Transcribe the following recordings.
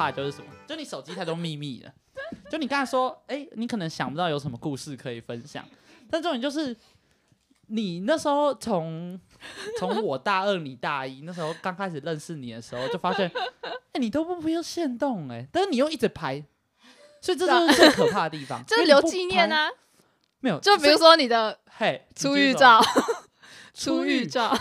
怕的就是什么？就你手机太多秘密了。就你刚才说，你可能想不到有什么故事可以分享，但重点就是你那时候从我大二你大一那时候刚开始认识你的时候，就发现，你都不用限动但是你又一直拍，所以这就是最可怕的地方， 就是留纪念啊。 没有， 就比如说你的出狱照，出狱照。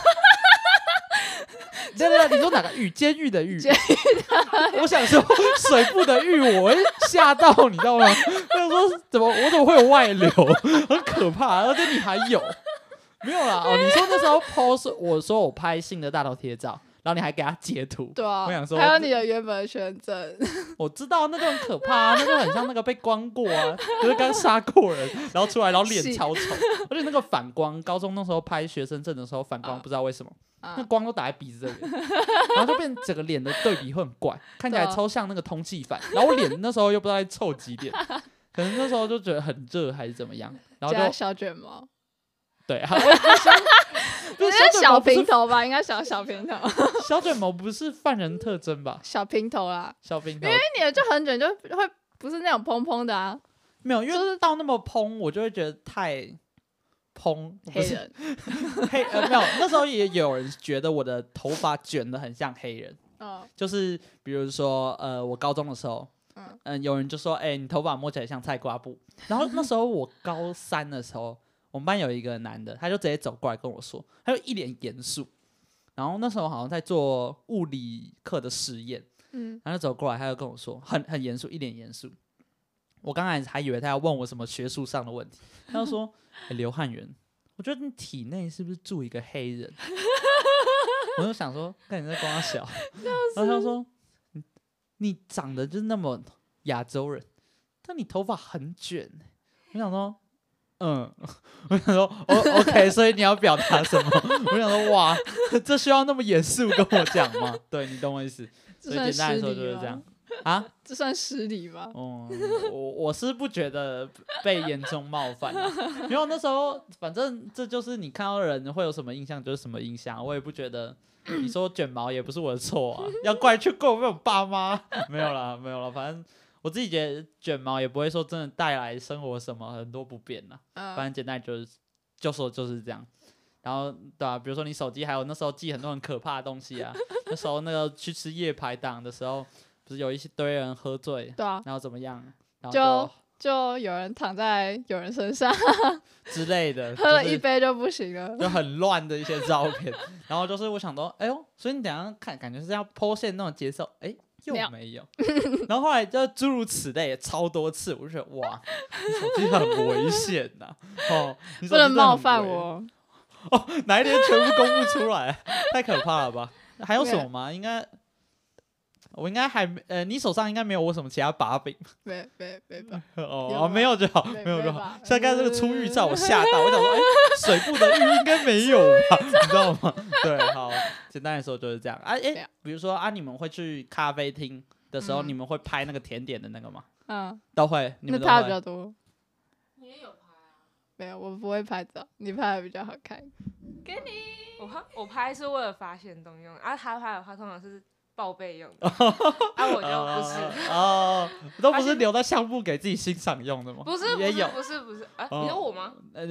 对，你说哪个狱？监狱的狱。我想说水部的狱，我会吓到，你知道吗？我想说我怎么会有外流，很可怕。而且你还有没有啦？你说那时候 post 我说我拍新的大头贴照，然后你还给他截图， 对啊， 我想说还有你的原本的宣证， 我知道那就很可怕那就很像那个被关过就是刚杀过人，然后出来然后脸超丑，而且那个反光，高中那时候拍学生证的时候反光，不知道为什么。那光都打在鼻子这边，然后就变整个脸的对比会很怪，看起来超像那个通缉犯。然后我脸那时候又不知道在臭几点，可能那时候就觉得很热还是怎么样，然后就加小卷毛。 对， 这是小平头吧？应该小平头。 小卷毛不是犯人特征吧？ 小平头啦， 小平头， 因为你的就很卷，就会不是那种蓬蓬的啊。 没有，因为到那么蓬，我就会觉得太。 黑人没有，那时候也有人觉得我的头发卷得很像黑人，就是比如说我高中的时候，有人就说你头发摸起来像菜瓜布，然后那时候我高3的时候，我们班有一个男的，他就直接走过来跟我说，他就一脸严肃，然后那时候好像在做物理课的实验，他就走过来，他就跟我说很严肃，一脸严肃。我刚才还以为他要问我什么学术上的问题，他就说：“刘汉元，我觉得你体内是不是住一个黑人？”我就想说，看你在光小，然后他就说：“你长得就是那么亚洲人，但你头发很卷。”我想说，我想说，OK， 所以你要表达什么？我想说，哇，这需要那么严肃跟我讲吗？对，你懂我意思。所以简单来说就是这样。 这算失礼吗？ 我是不觉得被严重冒犯因为那时候反正这就是你看到人会有什么印象就是什么印象，我也不觉得你说卷毛也不是我的错要怪去怪我爸妈没有啦，反正我自己觉得卷毛也不会说真的带来生活什么很多不便啦，反正简单就说就是这样。然后对啊，比如说你手机还有那时候记很多很可怕的东西那时候那个去吃夜排档的时候不是有一堆人喝醉， 对啊， 然后怎么样，然后就有人躺在有人身上之类的， 喝了一杯就不行了， 就很乱的一些照片。然后就是我想说，所以你等一下看，感觉是要 po 线那种节奏，又没有。然后后来就诸如此类超多次，我就觉得哇，你手机很危险呐， 不能冒犯我。 哪一天全部公布出来，太可怕了吧？还有什么吗？我应该还你手上应该没有我什么其他把柄。 没吧？ 没有就好，没有就好。像刚才这个出狱照，我吓到，我想说，水部的狱应该没有吧？你知道吗？对，好，简单来说就是这样比如说你们会去咖啡厅的时候，你们会拍那个甜点的那个吗？都会，你们都会。 那拍的比较多。 你也有拍啊？ 没有，我不会拍照，你拍的比较好看。 给你，我拍是为了发现动用，他拍的话通常是报备用的，我就不是都不是留在相簿给自己欣赏用的吗？ 不是， 也有， 不是，你说我吗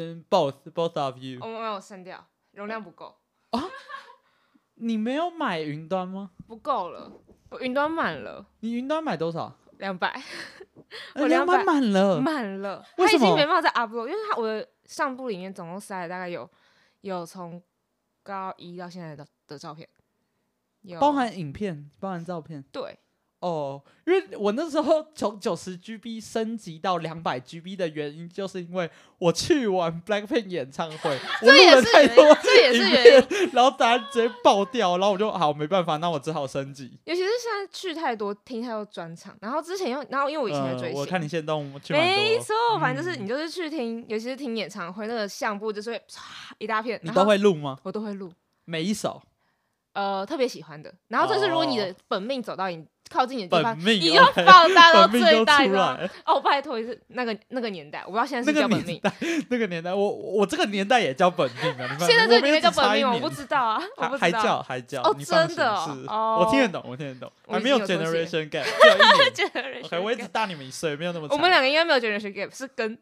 ？Both of you。 我没有删掉，容量不够。 你没有买云端吗？ 不够了，我云端满了。 你云端买多少 ？200。 我200满了。 满了， 为什么？ 他已经没办法再 upload， 因为我的相簿里面总共塞了大概有从高1到现在的照片。 包含影片，包含照片。 对， 因为我那时候从90GB 升级到200GB 的原因，就是因为我去完 BLACKPINK 演唱会，我录了太多影片，然后大家直接爆掉，然后我就好没办法，那我只好升级。 尤其是现在去太多，听太多专场，然后之前因为我以前在追星， 我看你现动去没错，反正就是你就是去听，尤其是听演唱会，那个相簿就是会一大片。 你都会录吗？ 我都会录， 每一首。 特别喜欢的。然后这是如果你的本命走到你靠近你的地方， 你要放大到最大，你知道吗？哦，拜托，是那个年代，我不知道现在是叫本命。 那个年代，我这个年代也叫本命啊。 现在这个年代叫本命，我不知道啊，我不知道。还叫哦，真的哦，我听得懂，还没有 generation gap， 只有1年。OK， 我一直大你们1岁，没有那么长。 我们2个应该没有 generation gap， 是跟。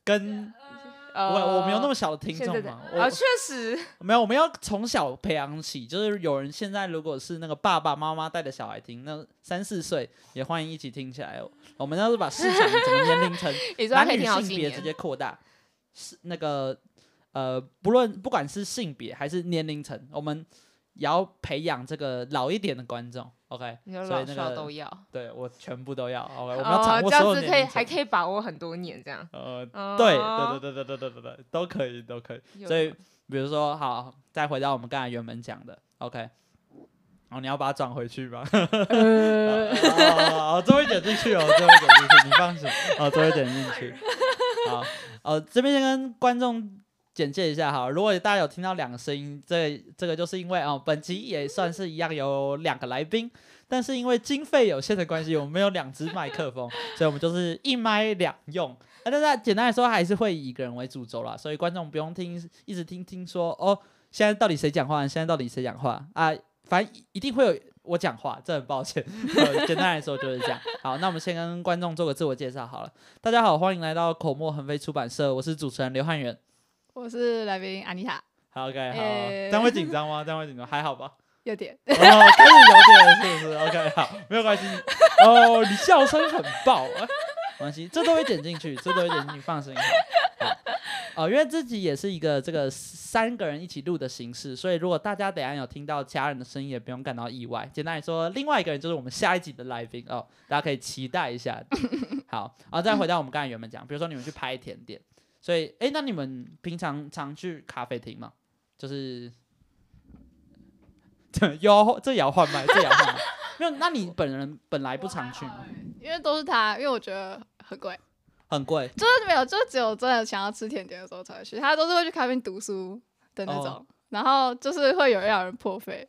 我没有那么小的听众嘛？ 确实没有，我们要从小培养起。就是有人现在如果是那个爸爸妈妈带的小孩听，那3、4岁也欢迎一起听起来。我们要是把市场整个年龄层、男女性别直接扩大，是那个不管是性别还是年龄层，我们也要培养这个老一点的观众。OK， 所以那个都要， 对我全部都要。OK， 我们要掌握所有年龄层， 这样子还可以把握很多年这样。 对，都可以。所以比如说，好，再回到我们刚才原本讲的 OK， 你要把它转回去吧。这会剪进去哦，这会剪进去，你放心。这会剪进去。好，这边先跟观众简介一下哈，如果大家有听到2个声音，这个就是因为本集也算是一样有2个来宾，但是因为经费有限的关系，我们没有2支麦克风，所以我们就是1麦2用。但是简单来说，还是会以1个人为主轴啦，所以观众不用一直听说现在到底谁讲话，啊，反正一定会有我讲话，这很抱歉。简单来说就是这样。好，那我们先跟观众做个自我介绍好了。大家好，欢迎来到口沫横飞出版社，我是主持人刘汉元。 我是来宾安妮塔。 好 OK， 好，这样会紧张吗？还好吧？ 有点。 开始有点是不是 ？OK， 好，没有关系。你笑声很爆，没关系，这都会剪进去，放心。好，因为自己也是一个这个3个人一起录的形式，所以如果大家等一下有听到家人的声音，也不用感到意外。简单来说，另外1个人就是我们下一集的来宾大家可以期待一下。好，再回到我们刚才原本讲，比如说你们去拍甜点。所以，那你们平常常去咖啡厅吗？就是这也要换麦，没有？那你本来不常去吗？ 因为都是他，因为我觉得很贵， 就是没有，就只有真的想要吃甜点的时候才会去。他都是会去咖啡厅读书的那种，然后就是会有让人破费。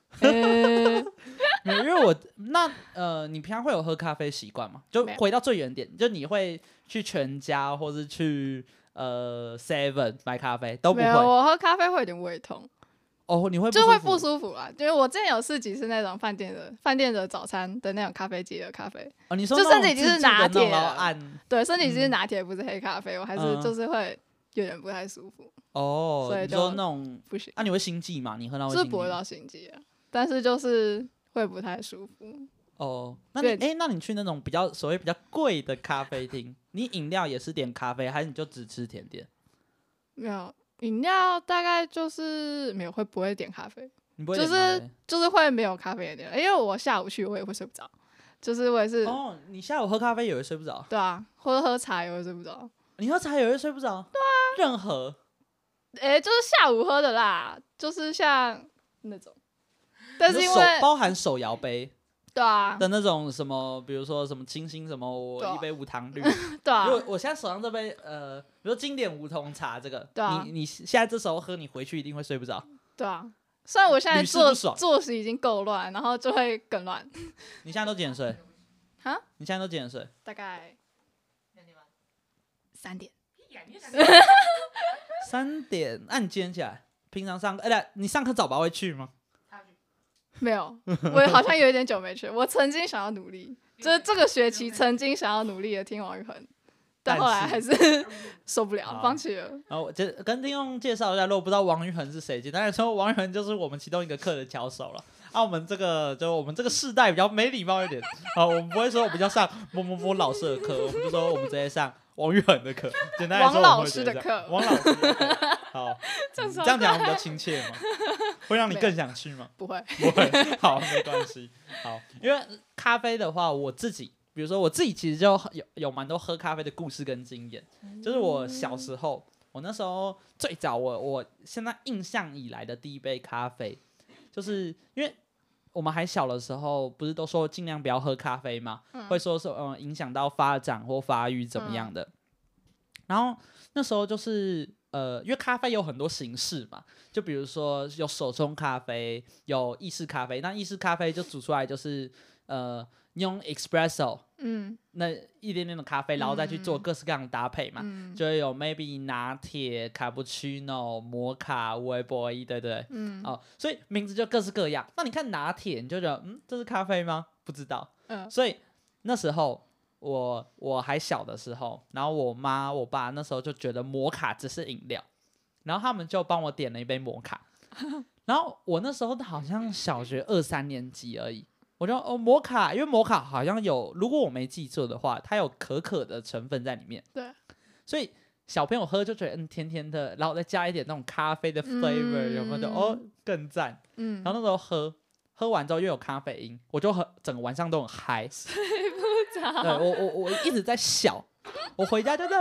没有，因为你平常会有喝咖啡习惯吗？就回到最原点，就你会去全家或是去7 买咖啡都不会。 没有，我喝咖啡会有点胃痛。 你会就会不舒服啦。就是我之前有4集是那种饭店的早餐的那种咖啡机的咖啡。 你说就甚至已经是拿铁了， 对，甚至已经是拿铁，不是黑咖啡，我还是就是会有点不太舒服。 所以就说那种不行。 你会心悸吗？你喝到会心悸？ 是不会到心悸啊，但是就是会不太舒服。 那你去那种所谓比较贵的咖啡厅，你饮料也是点咖啡，还是你就只吃甜点？ 没有，饮料大概就是没有，不会点咖啡。 你不会点咖啡？ 就是会没有咖啡的点，因为我下午去我也会睡不着，就是我也是。 你下午喝咖啡也会睡不着？ 对啊，或者喝茶也会睡不着。 你喝茶也会睡不着？ 对啊， 任何。 就是下午喝的啦，就是像那种，但是因为包含手摇杯。 对啊的那种什么，比如说什么清新什么，我1杯无糖绿。 对啊， 因为我现在手上这杯比如说经典无糖茶这个， 对啊， 你现在这时候喝，你回去一定会睡不着。 对啊，虽然我现在作息已经够乱，然后就会更乱。 你现在都几点睡？ 哈？ 你现在都几点睡？ 大概3点。 3点？那你几点起来？平常你上课早八会去吗？ 没有，我好像有一点久没去。我曾经想要努力，就是这个学期曾经想要努力的听王玉恒，但后来还是受不了，放弃了。 然后我跟听众介绍一下，如果不知道王玉恒是谁，简单来说，王玉恒就是我们其中一个课的巧手了。我们这个世代比较没礼貌一点，我们不会说我们要上某老师的课，我们就说我们直接上王玉恒的课。简单来说， 王老师的课， 王老师的课。好，这样讲比较亲切嘛？会让你更想去吗？ 不会， 好，没关系。好，因为咖啡的话，比如说我自己其实就有蛮多喝咖啡的故事跟经验。就是我小时候，我那时候最早我现在印象以来的第一杯咖啡，就是因为我们还小的时候，不是都说尽量不要喝咖啡嘛，会说是影响到发展或发育怎么样的。然后那时候就是因为咖啡有很多形式嘛，就比如说有手冲咖啡，有意式咖啡。那意式咖啡就煮出来就是你用 espresso， 那一点点的咖啡，然后再去做各式各样的搭配嘛，就会有 maybe 拿铁、卡布奇诺、摩卡、微波一堆对，所以名字就各式各样。那你看拿铁，你就觉得这是咖啡吗？不知道，所以那时候我还小的时候，然后我妈我爸那时候就觉得摩卡只是饮料，然后他们就帮我点了一杯摩卡，然后我那时候好像小学2、3年级而已。我就摩卡，因为摩卡好像有，如果我没记错的话，它有可可的成分在里面。 对， 所以小朋友喝就觉得甜甜的，然后再加一点那种咖啡的 flavor，有没有就更赞。然后那时候喝完之后又有咖啡因，我就整个晚上都很嗨， 睡不着。 对，我一直在笑，我回家就在，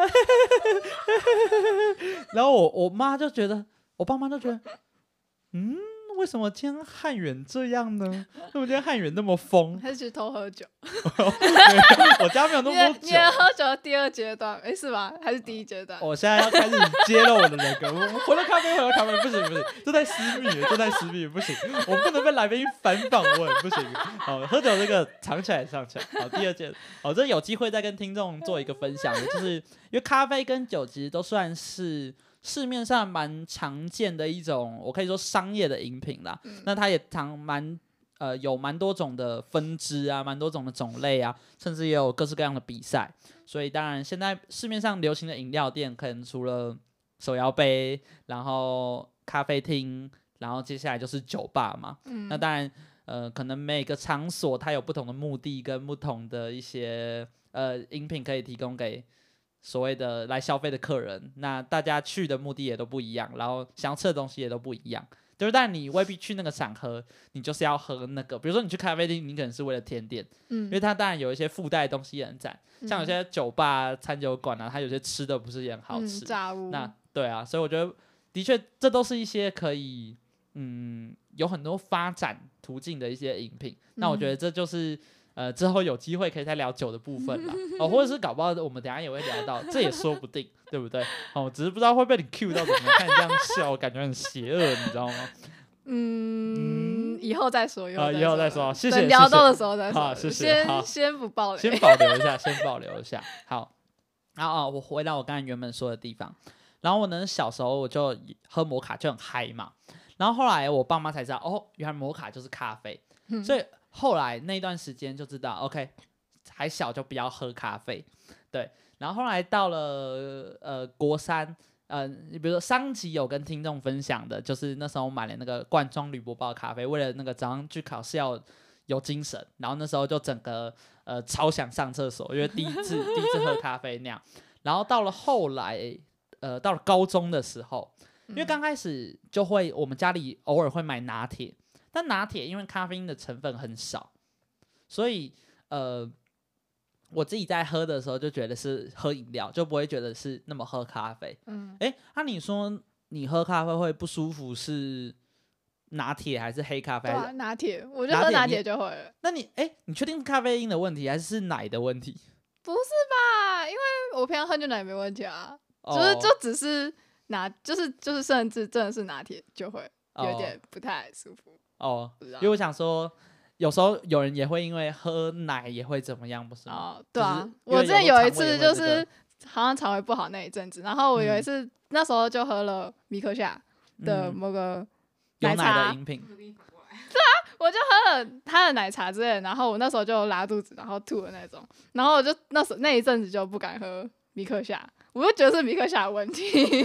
然后我妈就觉得，我爸妈就觉得，为什么今天汉远这样呢？为什么今天汉远那么疯？ 还是去偷喝酒？ 我家没有那么多酒。 你的喝酒的第2阶段，是吧？还是第1阶段？ 我现在要开始揭露我的人格。回到咖啡，不行，这太私密了，不行，我不能被来宾反访问，不行。好，喝酒这个藏起来。好，第2阶，这有机会再跟听众做一个分享的，就是因为咖啡跟酒其实都算是市面上蛮常见的一种，我可以说商业的饮品啦。那它也有蛮多种的分支啊，蛮多种的种类啊，甚至也有各式各样的比赛。所以当然，现在市面上流行的饮料店，可能除了手摇杯，然后咖啡厅，然后接下来就是酒吧嘛。那当然，可能每个场所它有不同的目的跟不同的一些饮品可以提供给所谓的来消费的客人，那大家去的目的也都不一样，然后想要吃的东西也都不一样，对不对？但你未必去那个场合，你就是要喝那个，比如说你去咖啡厅，你可能是为了甜点，因为它当然有一些附带的东西也很赞，像有些酒吧、餐酒馆啊，它有些吃的不是也很好吃， 炸物。 那对啊，所以我觉得的确这都是一些可以有很多发展途径的一些饮品，那我觉得这就是之后有机会可以再聊酒的部分啦，或者是搞不好我们等一下也会聊到，这也说不定，对不对？只是不知道会被你 cue 到怎么看你这样笑，感觉很邪恶，你知道吗？ 以后再说， 以后再说，谢谢。 等聊到的时候再说， 好，谢谢。 先不爆雷， 先保留一下。好，然后我回到我刚才原本说的地方，然后我呢小时候我就喝摩卡就很嗨嘛，然后后来我爸妈才知道，原来摩卡就是咖啡，所以后来那段时间就知道 ，OK， 还小就不要喝咖啡，对。然后后来到了国3，比如说上集有跟听众分享的，就是那时候买了那个罐装铝箔包咖啡，为了那个早上去考试要有精神，然后那时候就整个超想上厕所，因为第一次喝咖啡那样。然后到了后来，到了高中的时候，因为刚开始就会我们家里偶尔会买拿铁，但拿铁因为咖啡因的成分很少，所以我自己在喝的时候就觉得是喝饮料，就不会觉得是那么喝咖啡。你说你喝咖啡会不舒服是拿铁还是黑咖啡？ 对，拿铁，我就喝拿铁就会了。 那你确定是咖啡因的问题还是奶的问题？ 不是吧？因为我平常喝牛奶也没问题啊，就只是就是甚至真的是拿铁就会有点不太舒服。 因为我想说。有时候有人也会因为喝奶也会怎么样，不是吗？ 对啊，我之前有一次就是好像肠胃不好那一阵子，然后我有一次那时候就喝了米克夏的某个奶茶有奶的饮品。 对啊，我就喝了他的奶茶之类的，然后我那时候就拉肚子，然后吐的那种，然后我就那一阵子就不敢喝米克夏，我就觉得是米克夏的问题。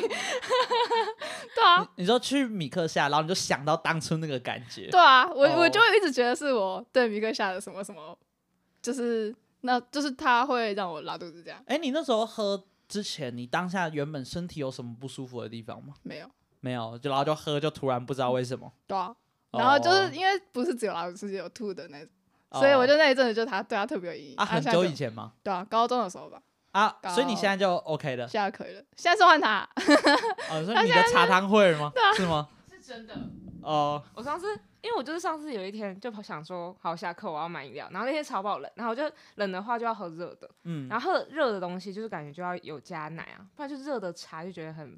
对啊， 你说去米克夏，然后你就想到当初那个感觉。 对啊，我就一直觉得是我对米克夏的什么什么，就是它会让我拉肚子这样。 你那时候喝之前，你当下原本身体有什么不舒服的地方吗？ 没有， 然后就喝，就突然不知道为什么。 对啊，然后就是因为不是只有拉肚子，是有吐的那种，所以我就那一阵子就对他特别有阴影。 很久以前吗？ 对啊，高中的时候吧。 所以你现在就 OK 了？ 现在可以了，现在是换他。 所以你的茶汤会了吗？ 对啊， 是吗？ 是真的。我上次，因为我就是上次有一天就想说，好，下课我要买饮料，然后那天超爆冷，然后我就冷的话就要喝热的，然后喝热的东西就是感觉就要有加奶啊，不然就热的茶就觉得很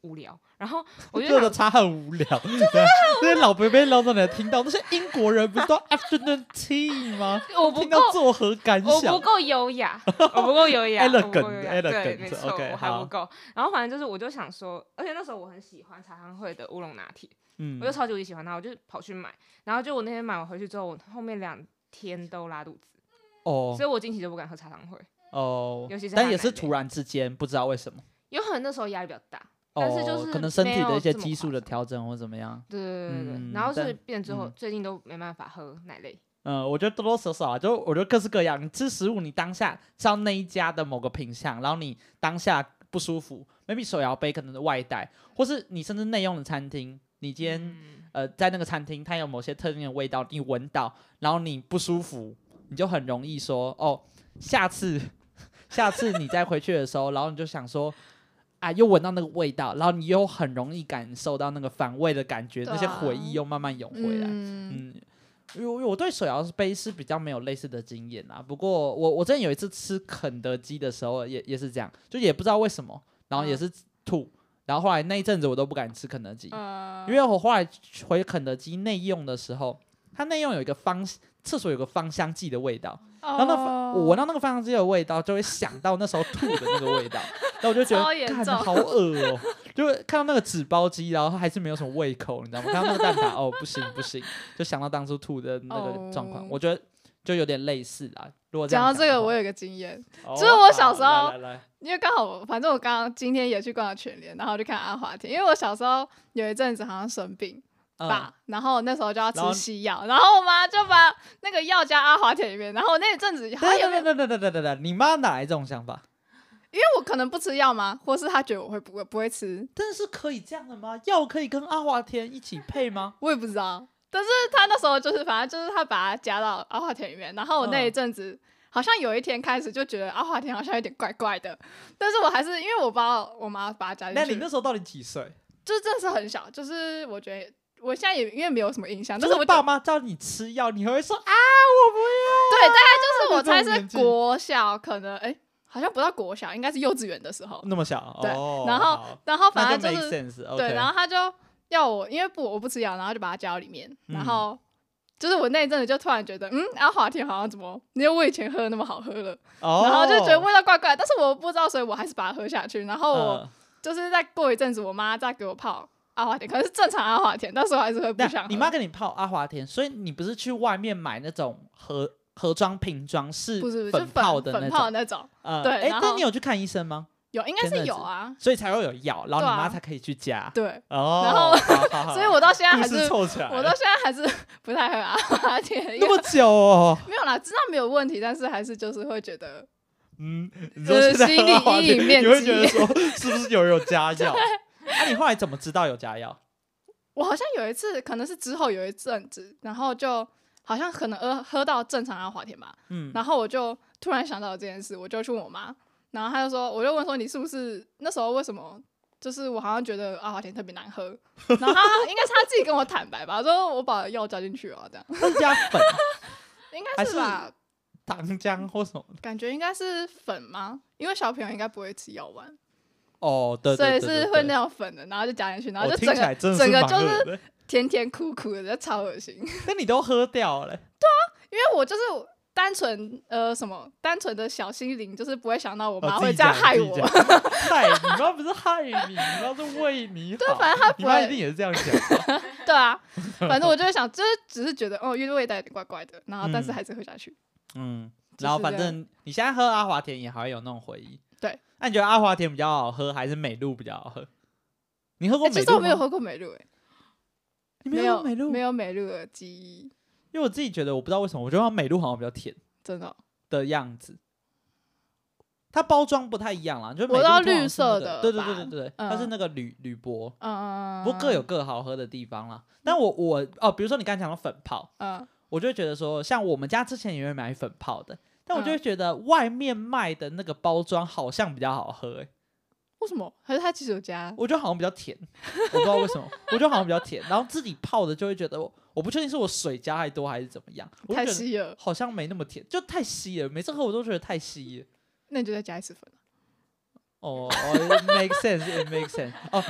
无聊。然后我就热的茶很无聊，这些老伯伯老总你听到，那些英国人不是都 afternoon tea 吗？ 我不够， 听到作何感想？ 我不够优雅，我不够优雅 ，elegant， 对，没错， okay， 我还不够。然后反正就是，我就想说，而且那时候我很喜欢茶汤会的乌龙拿铁，我就超级无敌喜欢它，我就跑去买。然后就我那天买完回去之后，我后面2天都拉肚子，所以我近期就不敢喝茶汤会。尤其是但也是突然之间不知道为什么， 有可能那时候压力比较大。但是就是可能身体的一些激素的调整或怎么样， 对，然后是变之后，最近都没办法喝奶类。 我觉得多多少少就我觉得各式各样。你吃食物，你当下吃到那一家的某个品项，然后你当下不舒服 ，maybe 手摇杯可能是外带，或是你甚至内用的餐厅，你今天在那个餐厅它有某些特定的味道，你闻到，然后你不舒服，你就很容易说下次你再回去的时候，然后你就想说。又闻到那个味道，然后你又很容易感受到那个反胃的感觉，那些回忆又慢慢涌回来。我对手摇杯是比较没有类似的经验啦。不过我之前有一次吃肯德基的时候也是这样，就也不知道为什么，然后也是吐，然后后来那一阵子我都不敢吃肯德基，因为我后来回肯德基内用的时候，它内用有一个厕所有个芳香剂的味道。然后我闻到那个芳香剂的味道，就会想到那时候吐的那个味道，然后我就觉得看好恶哦，就看到那个纸包鸡，然后还是没有什么胃口，你知道吗？看到那个蛋挞，不行，就想到当初吐的那个状况，我觉得就有点类似啦。如果讲到这个，我有一个经验，就是我小时候，因为刚好反正我今天也去逛了全联，然后就看阿华田，因为我小时候有一阵子好像生病。然后那时候就要吃西药，然后我妈就把那个药加阿华田里面，然后那一阵子好像对，你妈哪来这种想法？ 因为我可能不吃药吗？或是她觉得我不会吃？ 但是可以这样的吗？药可以跟阿华田一起配吗？ 我也不知道，但是她那时候就是反正就是她把它加到阿华田里面，然后我那一阵子好像有一天开始就觉得阿华田好像有点怪怪的，但是我还是因为我不知道我妈把它加进去。 那你那时候到底几岁？ 就是真的是很小，就是我觉得。我现在也因为没有什么印象， 但是我爸妈叫你吃药，你会说我不要。 对，大概就是我猜是国小，可能好像不到国小，应该是幼稚园的时候。 那么小， 对。然后反正就是对， 然后他就要我，因为我不吃药，然后就把它加到里面，然后就是我那一阵子就突然觉得，阿华田好像怎么没有我以前喝的那么好喝了，然后就觉得味道怪怪，但是我不知道，所以我还是把它喝下去。然后我就是再过一阵子，我妈再给我泡。阿华田可能是正常阿华田，但是我还是会不想喝。 你妈给你泡阿华田，所以你不是去外面买那种盒装瓶装，是粉泡的那种。 对，但你有去看医生吗？ 有，应该是有啊， 所以才会有药，然后你妈才可以去加。 对，然后所以我到现在还是不太喝阿华田。 那么久哦？ 没有啦，知道没有问题，但是还是就是会觉得， 就是心理阴影面积， 你会觉得说是不是有加药？你后来怎么知道有加药？ 我好像有一次，可能是之后有一阵子，然后就好像可能喝到正常阿华田吧，然后我就突然想到这件事，我就去问我妈，然后她就说，我就问说你是不是那时候为什么？就是我好像觉得阿华田特别难喝，然后应该是她自己跟我坦白吧，说我把药加进去了，这样。 是加粉？ 应该是吧？ 糖浆或什么？ 感觉应该是粉吗？因为小朋友应该不会吃药丸。 对， 所以是会那种粉的，然后就加进去，然后就整个就是甜甜苦苦的，超恶心。 那你都喝掉了？对啊，因为我就是单纯的小心灵，就是不会想到我妈会这样害我。 害你妈不是害你，你妈是为你好。 对，反正她不会， 你妈一定也是这样想。 对啊，反正我就会想，就是只是觉得因为味道有点怪怪的，然后但是还是喝下去。 然后反正你现在喝阿华田也还会有那种回忆。 对， 那你觉得阿华田比较好喝，还是美露比较好喝？你喝过美露吗？ 其实我没有喝过美露， 你没有美露？ 没有美露的记忆。 因为我自己觉得，我不知道为什么，我觉得美露好像比较甜， 真的的样子。它包装不太一样啦，就我知道绿色的， 对，它是那个铝箔，不过各有各好喝的地方啦。但我比如说你刚才讲的粉泡，我就会觉得说，像我们家之前也会买粉泡的。但我就会觉得外面卖的那个包装好像比较好喝， 为什么？还是它其实有加？ 我觉得好像比较甜，我不知道为什么，我觉得好像比较甜。然后自己泡的就会觉得我不确定是我水加太多还是怎么样， 太稀了， 好像没那么甜，就太稀了。每次喝我都觉得太稀了。 那你就再加一次粉。 it makes sense，it makes sense。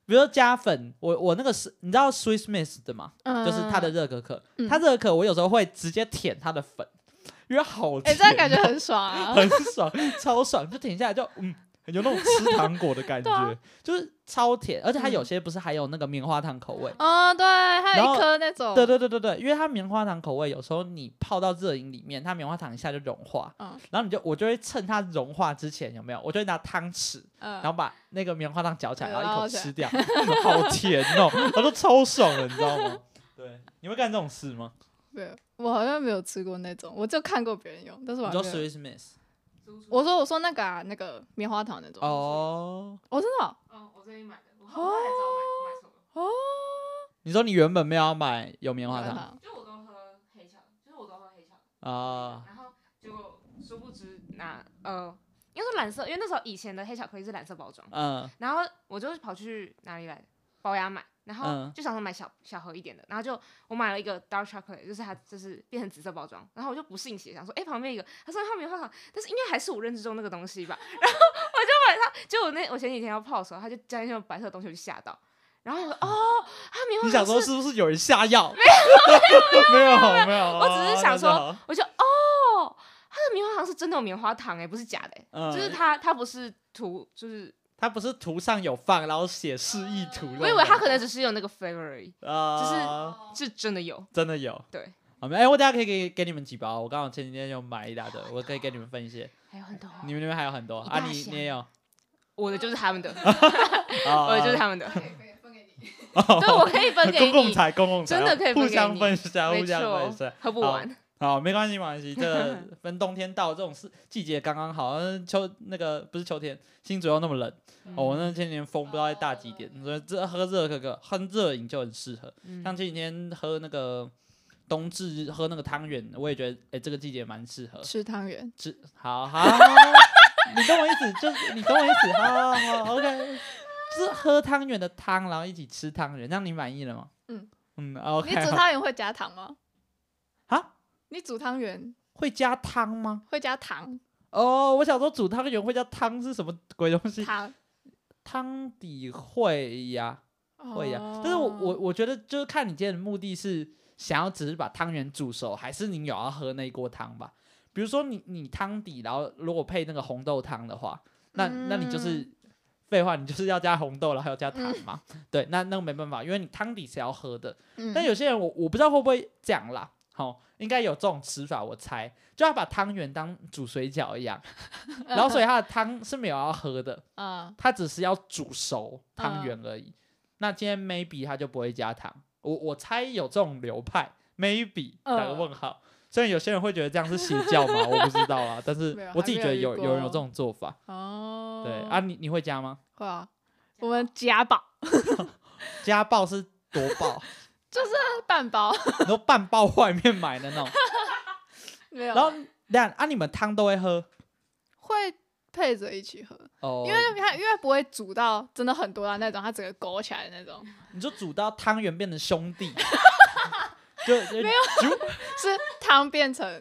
比如说加粉，我那个是你知道 Swiss Miss 的吗？就是它的热可可，它热可可我有时候会直接舔它的粉，因为好甜， 这样感觉很爽啊， 很爽，超爽，就舔下来就有那种吃糖果的感觉，就是超甜，而且它有些不是还有那个棉花糖口味对，还有一颗那种， 对，因为它棉花糖口味有时候你泡到热饮里面，它棉花糖一下就融化，然后我就会趁它融化之前有没有，我就会拿汤匙，然后把那个棉花糖搅起来，然后一口吃掉，好甜哦，我都超爽了，你知道吗？对，你会干这种事吗？ 对，我好像没有吃过那种，我就看过别人用，但是我还没有。 你说 Swiss Miss？ 我说那个那个棉花糖那种。真的。 我最近买的，我后来才知道买错了。 你说你原本没有要买有棉花糖？ 就我都喝黑巧，就是我都喝黑巧。然后结果殊不知应该说蓝色，因为那时候以前的黑巧克力是蓝色包装。然后我就跑去哪里来宝雅买。然后就想说买小盒一点的，然后我买了一个 dark chocolate， 就是它就是变成紫色包装，然后我就不信邪，想说旁边一个，他说它棉花糖，但是应该还是我认知中那个东西吧，然后我就买它，结果我前几天要泡的时候，他就加一些白色的东西，我就吓到，然后我说它棉花糖， 你想说是不是有人下药？没有， 我只是想说，我就它的棉花糖是真的有棉花糖不是假的就是它不是涂就是。 它不是图上有放，然后写示意图。 我以为它可能只是有那个 flavor 而已，就是真的有， 真的有。 对， 我等一下可以给你们几包，我刚好前几天就买一大堆，我可以给你们分一些。 还有很多， 你们那边还有很多你也有？ 我的就是他们的，我的就是他们的，可以分给你。对，我可以分给你。 公共财，真的可以互相分享， 互相分享，喝不完。 好，没关系，这分冬天到这种季节刚刚好，那个不是秋天，新竹又那么冷，我那前几天风不知道在大几点，所以这喝热可可、喝热饮就很适合。像前几天喝那个冬至喝那个汤圆，我也觉得这个季节蛮适合吃汤圆。 好，你懂我意思，就是你懂我意思，好 ，OK， 就是喝汤圆的汤，然后一起吃汤圆，这样你满意了吗？OK。 你煮汤圆会加糖吗？ 啊？ 你煮汤圆会加汤吗？ 会加糖。 我想说煮汤圆会加汤是什么鬼东西？汤底会呀，但是我觉得就是看你今天的目的是想要只是把汤圆煮熟，还是你有要喝那一锅汤吧。比如说你汤底，然后如果配那个红豆汤的话，那你就是废话，你就是要加红豆，然后要加糖嘛。对，那个没办法，因为你汤底是要喝的。但有些人我不知道会不会这样啦。应该有这种吃法，我猜，就要把汤圆当煮水饺一样，然后所以它的汤是没有要喝的，它只是要煮熟汤圆而已。那今天 maybe 它就不会加糖，我猜有这种流派 ，maybe 打个问号。虽然有些人会觉得这样是邪教嘛，我不知道啦，但是我自己觉得有人有这种做法。对啊，你会加吗？ 会啊，我们加爆， 加爆是多爆？ 就是半包， 然后半包外面买的那种， 没有。 然后你们汤都会喝？ 会配着一起喝，因为不会煮到真的很多的那种，它整个勾起来的那种。 你就煮到汤圆变成兄弟，就没有，是汤变成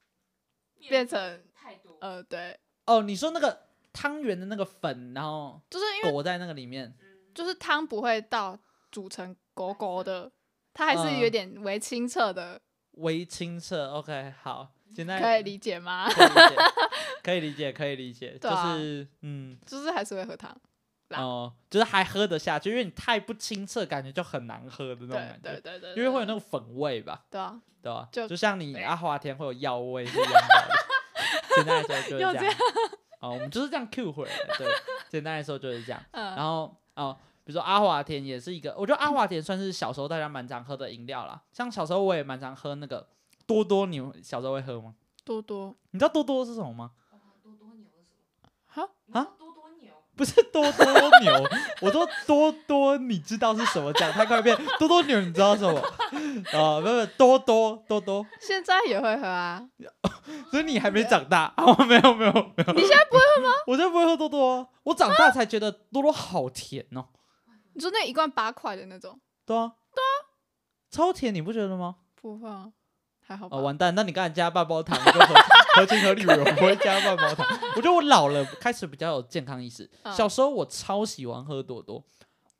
太多。 对。 你说那个汤圆的那个粉，然后就是裹在那个里面， 就是汤不会到煮成勾勾的。它还是有点微清澈的， 微清澈 ，OK， 好，现在可以理解吗？ 可以理解，就是就是还是会喝汤， 就是还喝得下去，因为你太不清澈，感觉就很难喝的那种感觉，对，因为会有那种粉味吧， 对啊， 就像你阿华田会有药味是一样的，简单来说就是这样，我们就是这样 Q 回来的，对，简单来说就是这样，然后比如说阿华田也是一个，我觉得阿华田算是小时候大家蛮常喝的饮料啦。像小时候我也蛮常喝那个多多牛，小时候会喝吗？ 多多， 你知道多多是什么吗？ 多多牛是什么？多多牛不是多多牛，我说多多，你知道是什么？讲太快变多多牛，你知道什么？不，多多， 现在也会喝啊。 所以你还没长大没有。 你现在不会喝吗？ 我现在不会喝多多啊，我长大才觉得多多好甜哦。 你说那一罐8块的那种？ 对啊，超甜，你不觉得吗？ 不会啊，还好吧。 完蛋，那你刚才加半包糖，你就合情合理，我不会加半包糖。我觉得我老了，开始比较有健康意识。小时候我超喜欢喝多多，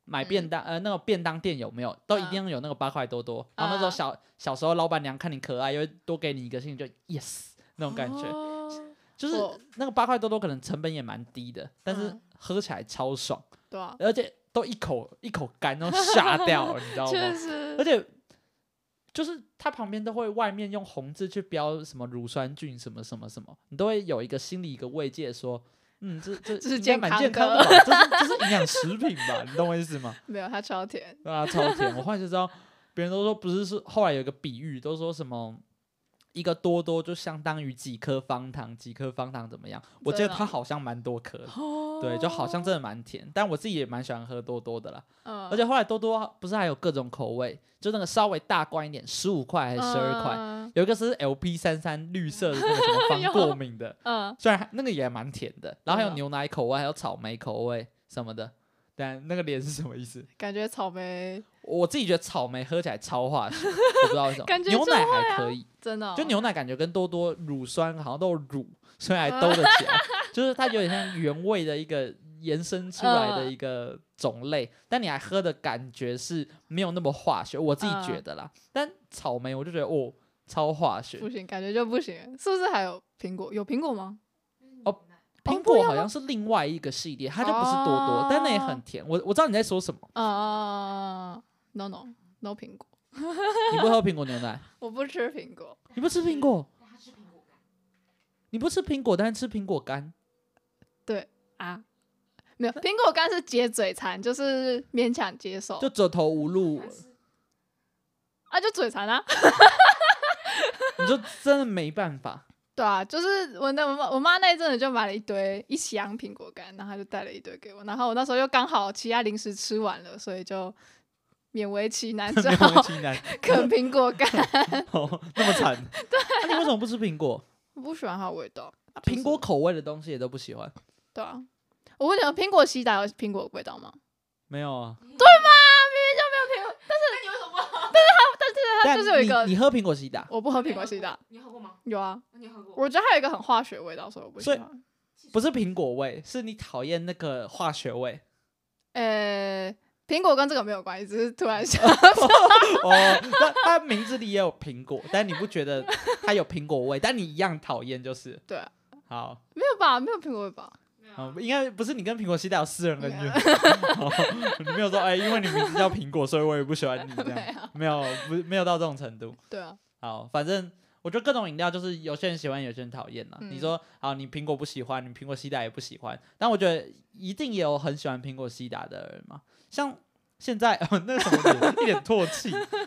买便当，那个便当店有没有都一定有那个8块多多，然后那时候小时候老板娘看你可爱，又会多给你一个星就 yes 那种感觉，就是那个8块多多可能成本也蛮低的，但是喝起来超爽， 对啊， 而且都一口干，然后吓掉了，你知道吗？ 确实， 而且就是它旁边都会外面用红字去标什么乳酸菌什么什么什么，你都会有一个心里一个慰藉说。这是健康的吧？这是营养食品吧？你懂我意思吗？ 没有，它超甜。 对啊，超甜。我后来就知道，别人都说不是后来有一个比喻，都说什么一个多多就相当于几颗方糖，几颗方糖怎么样？我记得它好像蛮多颗的，对，就好像真的蛮甜。但我自己也蛮喜欢喝多多的啦。而且后来多多不是还有各种口味，就那个稍微大罐一点，15块还是12块，有一个是 LP33 绿色的那个什么防过敏的，虽然那个也蛮甜的，然后还有牛奶口味，还有草莓口味什么的。但那个脸是什么意思？ 感觉草莓， 我自己觉得草莓喝起来超化学，我不知道为什么。 感觉牛奶还可以， 真的， 就牛奶感觉跟多多乳酸好像都有乳，所以还兜得起来，就是它有点像原味的一个延伸出来的一个种类，但你还喝的感觉是没有那么化学，我自己觉得啦。但草莓我就觉得超化学， 不行，感觉就不行，是不是还有苹果？有苹果吗？ 苹果好像是另外一个系列，它就不是多多，但那也很甜。我知道你在说什么。 No 苹果。 你不喝苹果牛奶？ 我不吃苹果。 你不吃苹果？你不吃苹果，但是吃苹果干？ 对啊，没有苹果干是解嘴馋，就是勉强接受， 就走投无路啊，就嘴馋啊。 你就真的没办法。 对啊，就是我妈那一阵子就买了一箱苹果干，然后她就带了一堆给我，然后我那时候又刚好其他零食吃完了，所以就勉为其难只好啃苹果干。 那么惨？对、啊，你为什么不吃苹果？ 我不喜欢它的味道。 苹果口味的东西也都不喜欢。 对啊，我问你，苹果西打有苹果的味道吗？ 没有啊。 对吗？明明就没有苹果，但是你为什么不喝？但是它就是有一个。 你喝苹果西打？ 我不喝苹果西打。 你喝过吗？ 有啊。 你喝过？ 我觉得它有一个很化学味道，所以我不喜欢。 不是苹果味，是你讨厌那个化学味。 苹果跟这个没有关系，只是突然想。 那它名字里也有苹果，但你不觉得它有苹果味，但你一样讨厌就是。 对啊。 好。 没有吧？没有苹果味吧？ 应该不是你跟苹果西打有私人恩怨。你没有说因为你名字叫苹果，所以我也不喜欢你这样。没有到这种程度。 对啊。 好，反正我觉得各种饮料就是有些人喜欢，有些人讨厌啦。你说好，你苹果不喜欢，你苹果西打也不喜欢，但我觉得一定也有很喜欢苹果西打的人嘛。像现在那什么脸，一脸唾弃。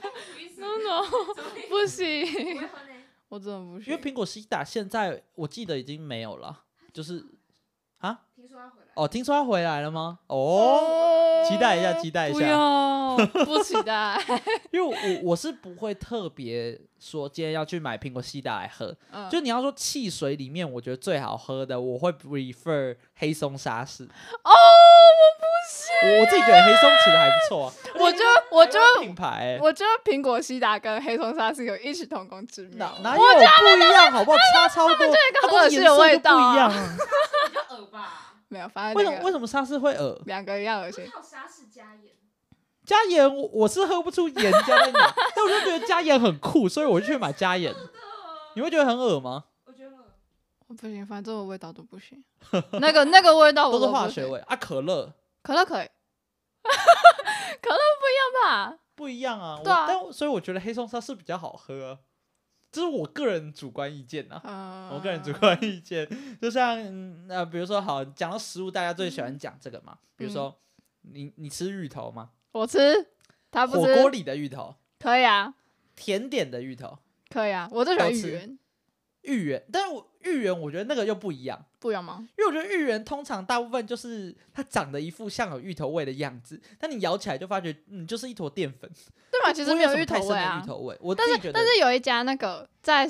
No， 不行，我真的不行。 因为苹果西打现在我记得已经没有了，就是听说他回来。 听说他回来了吗？期待一下，期待一下。 不要，不期待。 因为我是不会特别说今天要去买苹果西打来喝。就你要说汽水里面，我觉得最好喝的，我会 prefer 黑松沙士。 我不行。 我自己觉得黑松其实还不错啊。 我觉得品牌， 我觉得苹果西打跟黑松沙士有异曲同工之妙。 哪有不一样？好不好？差超多。 它跟颜色味道不一样啊。 比较恶吧？ 没有，反正为什么沙士会恶？ 两个一样恶心。 还有沙士加盐。 加盐我是喝不出盐加在哪，但我就觉得加盐很酷，所以我就去买加盐。你会觉得很恶吗？ 我觉得我不行，反正这个味道都不行。那个味道都是化学味啊。可乐可以，可乐不一样吧？ 不一样啊。 对啊。 所以我觉得黑松沙士比较好喝。这是我个人主观意见我个人主观意见，就像比如说好，讲到食物，大家最喜欢讲这个嘛。比如说你吃芋头吗？ 我吃，他不吃。 火锅里的芋头可以啊。 甜点的芋头可以啊，我最喜欢芋圆。 芋圆，但是芋圆我觉得那个又不一样。 不一样吗？ 因为我觉得芋圆通常大部分就是它长得一副像有芋头味的样子，但你咬起来就发觉就是一坨淀粉。 对吧？其实没有芋头味啊。芋头味， 但是有一家那个在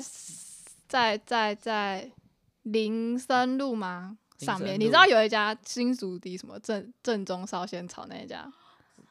林森路吗？上面你知道有一家新竹的什么正宗烧仙草那一家？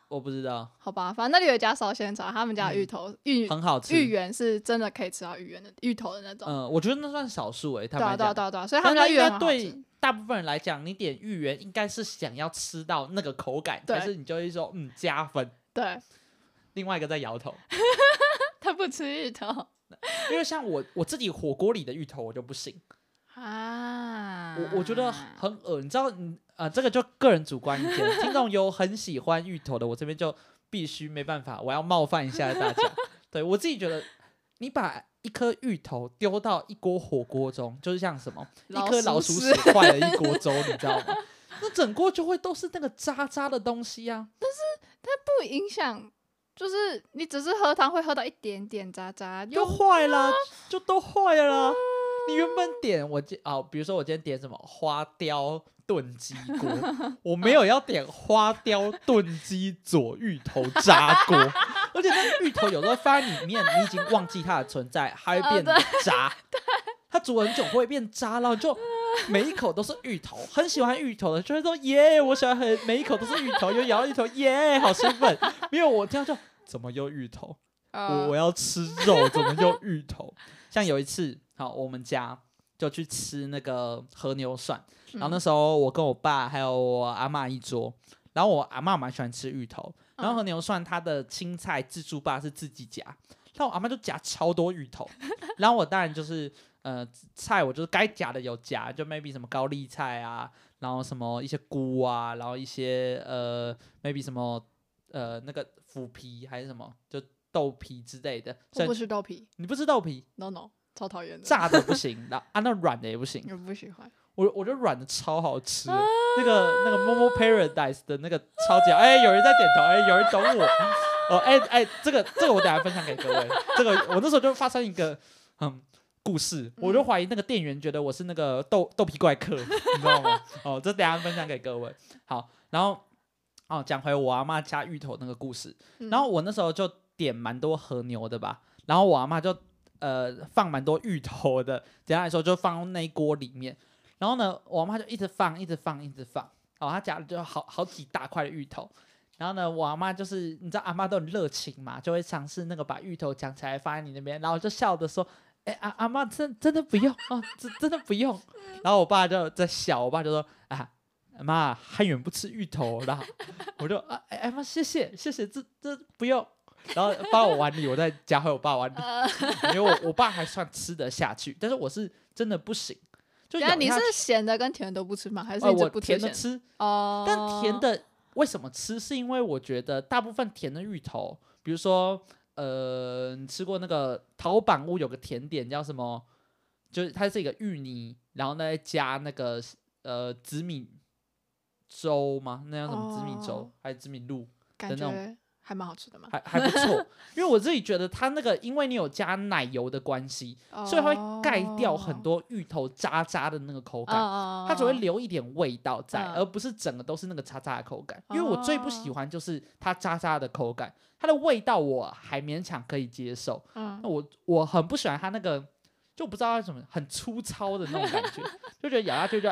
我不知道。 好吧，反正那里有一家烧仙草，他们家的芋头很好吃， 芋圆是真的可以吃到芋头的那种。 我觉得那算少数他们对，所以他们家芋圆很好吃。 对大部分人来讲，你点芋圆应该是想要吃到那个口感，但是你就会说加分。 对， 另外一个在摇头， 他不吃芋头， 因为像我自己火锅里的芋头我就不行啊，我觉得很恶，你知道，这个就个人主观意见，听众有很喜欢芋头的，我这边就必须没办法，我要冒犯一下大家。对，我自己觉得，你把一颗芋头丢到一锅火锅中，就是像什么一颗老鼠屎坏了一锅粥，你知道吗？那整锅就会都是那个渣渣的东西啊。 但是它不影响，就是你只是喝汤会喝到一点点渣渣， 就坏了，就都坏了。你原本点比如说我今天点什么花雕炖鸡锅，我没有要点花雕炖鸡佐芋头渣锅，而且那个芋头有时候放在里面，你已经忘记它的存在，它会变渣。它煮很久会变渣，然后就每一口都是芋头。很喜欢芋头的就会说耶，我喜欢每一口都是芋头，有咬到芋头耶，好兴奋。没有我听到就怎么又芋头？我要吃肉，怎么又芋头？像有一次，我们家就去吃那个和牛涮，然后那时候我跟我爸还有我阿嬷一桌，然后我阿嬷蛮喜欢吃芋头，然后和牛涮它的青菜自助吧是自己夹，但我阿嬷就夹超多芋头，然后我当然就是菜我就是该夹的有夹，就 maybe 什么高丽菜啊，然后什么一些菇啊，然后一些maybe 什么那个腐皮还是什么就豆皮之类的。 我不吃豆皮。 你不吃豆皮 ？No， 超讨厌的。 炸的不行，那软的也不行。 我不喜欢。 我觉得软的超好吃，那个 Momo Paradise 的那个超级好。有人在点头，有人懂我。这个我等一下分享给各位。这个我那时候就发生一个故事，我就怀疑那个店员觉得我是那个豆皮怪客，你知道吗？这等一下分享给各位。好，然后讲回我阿嬷加芋头那个故事，然后我那时候就点蛮多和牛的吧，然后我阿嬷就放蛮多芋头的，简单来说就放那一锅里面，然后呢我阿嬷就一直放，她夹了就好几大块的芋头，然后呢我阿嬷就是你知道阿嬷都很热情嘛，就会尝试那个把芋头夹起来放在你那边，然后我就笑着说阿嬷真的不用真的不用，然后我爸就在笑，我爸就说妈汉远不吃芋头，然后我就妈谢谢这不用，然后放我碗里，我再夹回我爸碗里，因为我爸还算吃得下去，但是我是真的不行。就你是咸的跟甜的都不吃吗？还是你不吃甜的吃？但甜的为什么吃？是因为我觉得大部分甜的芋头，比如说你吃过那个陶板屋有个甜点叫什么？就是它是一个芋泥，然后呢加那个紫米粥吗？那叫什么紫米粥还是紫米露的那种？ 还蛮好吃的嘛， 还不错。因为我自己觉得它那个，因为你有加奶油的关系，所以它会盖掉很多芋头渣渣的那个口感，它只会留一点味道在，而不是整个都是那个渣渣的口感。因为我最不喜欢就是它渣渣的口感，它的味道我还勉强可以接受。那我很不喜欢它那个。就不知道什么很粗糙的那种感觉，就觉得咬下去就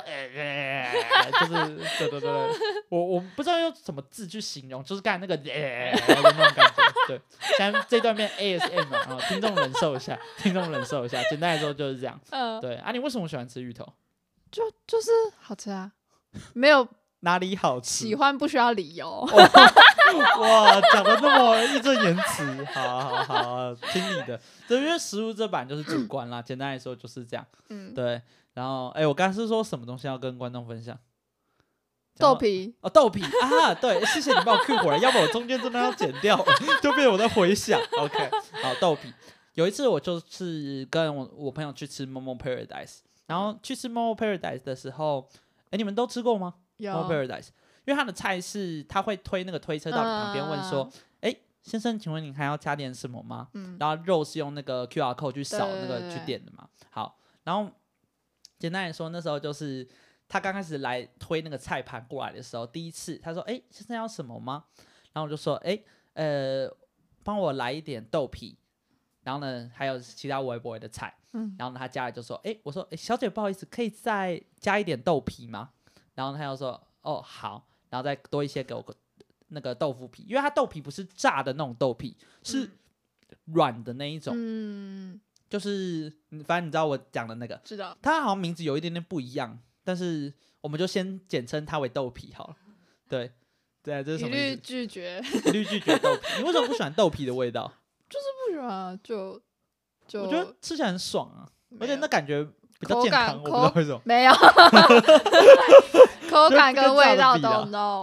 就是对，我不知道用什么字去形容，就是刚才那个的那种感觉。对，现在这段变 ASM 嘛，听众忍受一下，简单来说就是这样。对你为什么喜欢吃芋头？ 就是好吃啊，没有哪里好吃？ 喜欢不需要理由。 哇，讲的那么义正言辞，好，听你的。因为食物这版就是主观啦，简单来说就是这样。对。然后，我刚才是说什么东西要跟观众分享？ 豆皮。 豆皮啊，对，谢谢你帮我 Q 回来，要不然我中间真的要剪掉，就变成我在回想。OK， 好，豆皮。有一次我就是跟我朋友去吃 Momo Paradise， 然后去吃 Momo Paradise 的时候，你们都吃过吗？ 有 Momo Paradise。因为他的菜是他会推那个推车到你旁边问说先生请问你还要加点什么吗？然后肉是用那个 QR code 去扫那个去点的嘛。好，然后简单来说那时候就是他刚开始来推那个菜盘过来的时候，第一次他说先生要什么吗？然后我就说帮我来一点豆皮，然后呢还有其他微博的菜，然后呢他加来就说我说小姐不好意思可以再加一点豆皮吗？然后他又说好，然后再多一些给我那个豆腐皮，因为它豆皮不是炸的那种豆皮，是软的那一种，就是反正你知道我讲的那个， 知道。 它好像名字有一点点不一样，但是我们就先简称它为豆皮好了。对，对，这是什么意思？ 一律拒绝， 一律拒绝豆皮。你为什么不喜欢豆皮的味道？ 就是不喜欢啊，就我觉得吃起来很爽啊，而且那感觉比较健康，我不知道为什么。 没有，口感跟味道都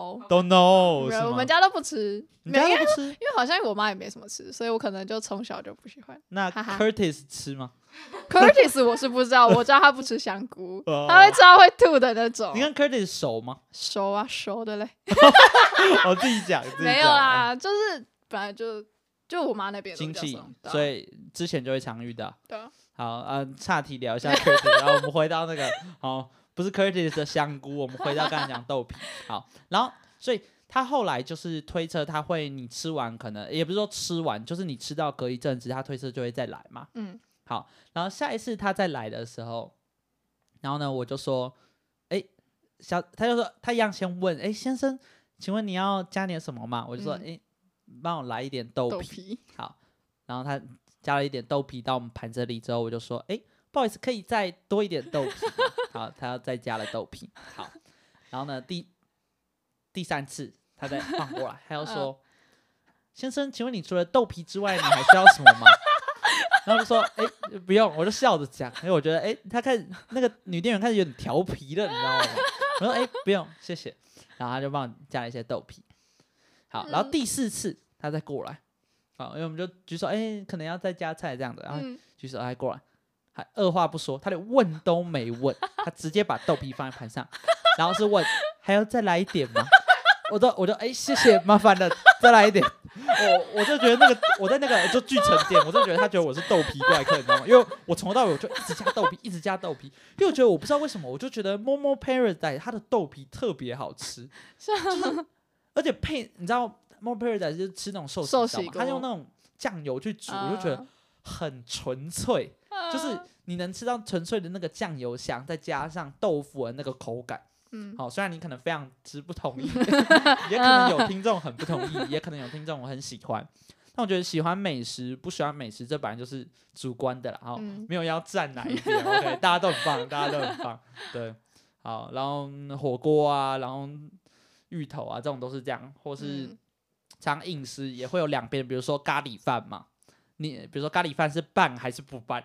no，我们家都不吃。 你家都不吃？ 因为好像我妈也没什么吃，所以我可能就从小就不喜欢。 那 Curtis 吃吗 ？Curtis 我是不知道，我知道他不吃香菇，他会吃到会吐的那种。 你跟 Curtis 熟吗？ 熟啊，熟的嘞。 我自己讲， 没有啦，就是本来就我妈那边亲戚，所以之前就会常遇到。 对啊。 好，岔题聊一下 Curtis， 然后我们回到那个不是 Curtis 的香菇，我们回到刚才讲豆皮。好，然后所以他后来就是推测他会，你吃完可能也不是说吃完，就是你吃到隔一阵子，他推测就会再来嘛。好，然后下一次他再来的时候，然后呢我就说，他就说他一样先问，先生，请问你要加点什么吗？我就说，帮我来一点豆皮。好，然后他加了一点豆皮到我们盘子里之后，我就说，不好意思，可以再多一点豆皮吗？好，他要再加了豆皮。好，然后呢第三次他再放过来，他又说，先生，请问你除了豆皮之外，你还需要什么吗？然后就说，不用，我就笑着讲，因为我觉得，他开始那个女店员开始有点调皮了，你知道吗？我说，不用，谢谢。然后他就帮我加了一些豆皮。好，然后第4次他再过来，好，因为我们就举手，可能要再加菜这样的，然后举手还过来，还二话不说，他连问都没问，他直接把豆皮放在盘上，然后是问还要再来一点吗？我就谢谢，麻烦了，再来一点。我就觉得那个我在那个就巨城店，我就觉得他觉得我是豆皮怪客，你知道吗？因为我从头到尾我就一直加豆皮，一直加豆皮，因为我觉得我不知道为什么，我就觉得 Momo Paradise 它的豆皮特别好吃，就是而且你知道 Momo Paradise 就是吃那种寿喜锅，他用那种酱油去煮，我就觉得很纯粹，就是你能吃到纯粹的那个酱油香，再加上豆腐的那个口感。好，虽然你可能非常之不同意，也可能有听众很不同意，也可能有听众很喜欢。但我觉得喜欢美食，不喜欢美食，这本来就是主观的啦。没有要站哪一边，OK， 大家都很棒，大家都很棒。对，好，然后火锅啊，然后芋头啊，这种都是这样，或是常饮食也会有两边，比如说咖喱饭嘛，你比如说咖喱饭是拌还是不拌？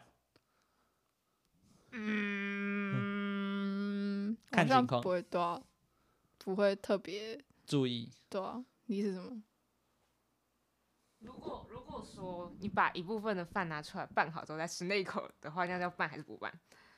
看情况， 不会特别注意。 对啊，你是什么？ 如果说你把一部分的饭拿出来拌好之后再吃那一口的话，那样叫拌还是不拌？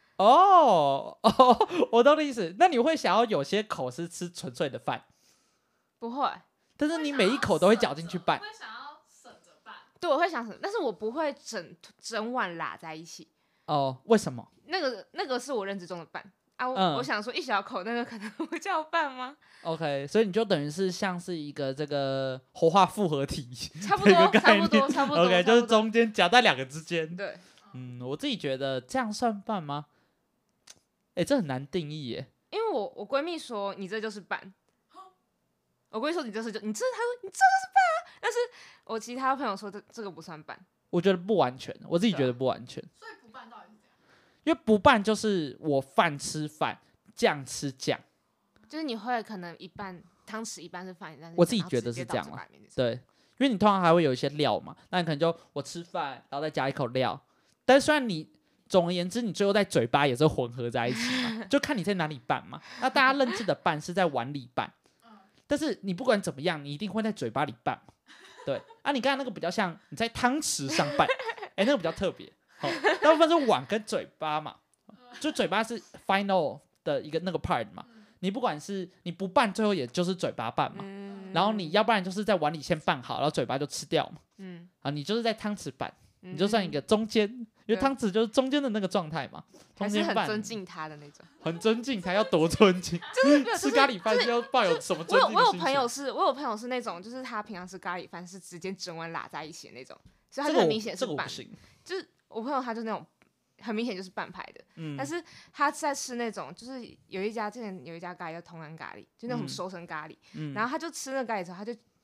我懂你意思。那你会想要有些口是吃纯粹的饭？ 不会， 但是你每一口都会搅进去拌。 我会想要省着拌。 对，我会想省，但是我不会整碗拉在一起。 为什么？ 那个是我认知中的拌。我想说一小口那个可能会叫拌吗 ？OK， 所以你就等于是像是一个这个活化复合体， 差不多。 OK， 就是中间夹在两个之间。 对， 我自己觉得这样算拌吗？这很难定义耶。 因为我闺蜜说你这就是拌，我闺蜜说你这是她说你这就是拌啊，但是我其他朋友说这个不算拌。 我觉得不完全，我自己觉得不完全。 所以不拌到底是怎样？ 因为不拌就是我饭吃饭，酱吃酱， 就是你会可能一半汤匙一半是饭，但是我自己觉得是这样啦。对，因为你通常还会有一些料嘛，那你可能就我吃饭，然后再加一口料。但是虽然你总而言之，你最后在嘴巴也是混合在一起嘛，就看你在哪里拌嘛。那大家认知的拌是在碗里拌，但是你不管怎么样，你一定会在嘴巴里拌嘛。对啊，你刚才那个比较像你在汤匙上拌，那个比较特别。大部分是碗跟嘴巴嘛，就嘴巴是 final 的一个那个 part 嘛。你不管是你不拌，最后也就是嘴巴拌嘛。然后你要不然就是在碗里先拌好，然后嘴巴就吃掉嘛。你就是在汤匙拌，你就算一个中间，因为汤匙就是中间的那个状态嘛。 还是很尊敬他的那种， 很尊敬他，要多尊敬？吃咖喱饭是要抱有什么尊敬的心情？ 我有朋友是那种，就是他平常吃咖喱饭是直接整碗拉在一起的那种，所以他很明显是拌。就是我朋友他就那种很明显就是半排的，但是他在吃那种就是之前有一家咖喱叫同安咖喱，就那种熟成咖喱，然后他就吃那个咖喱之后，他就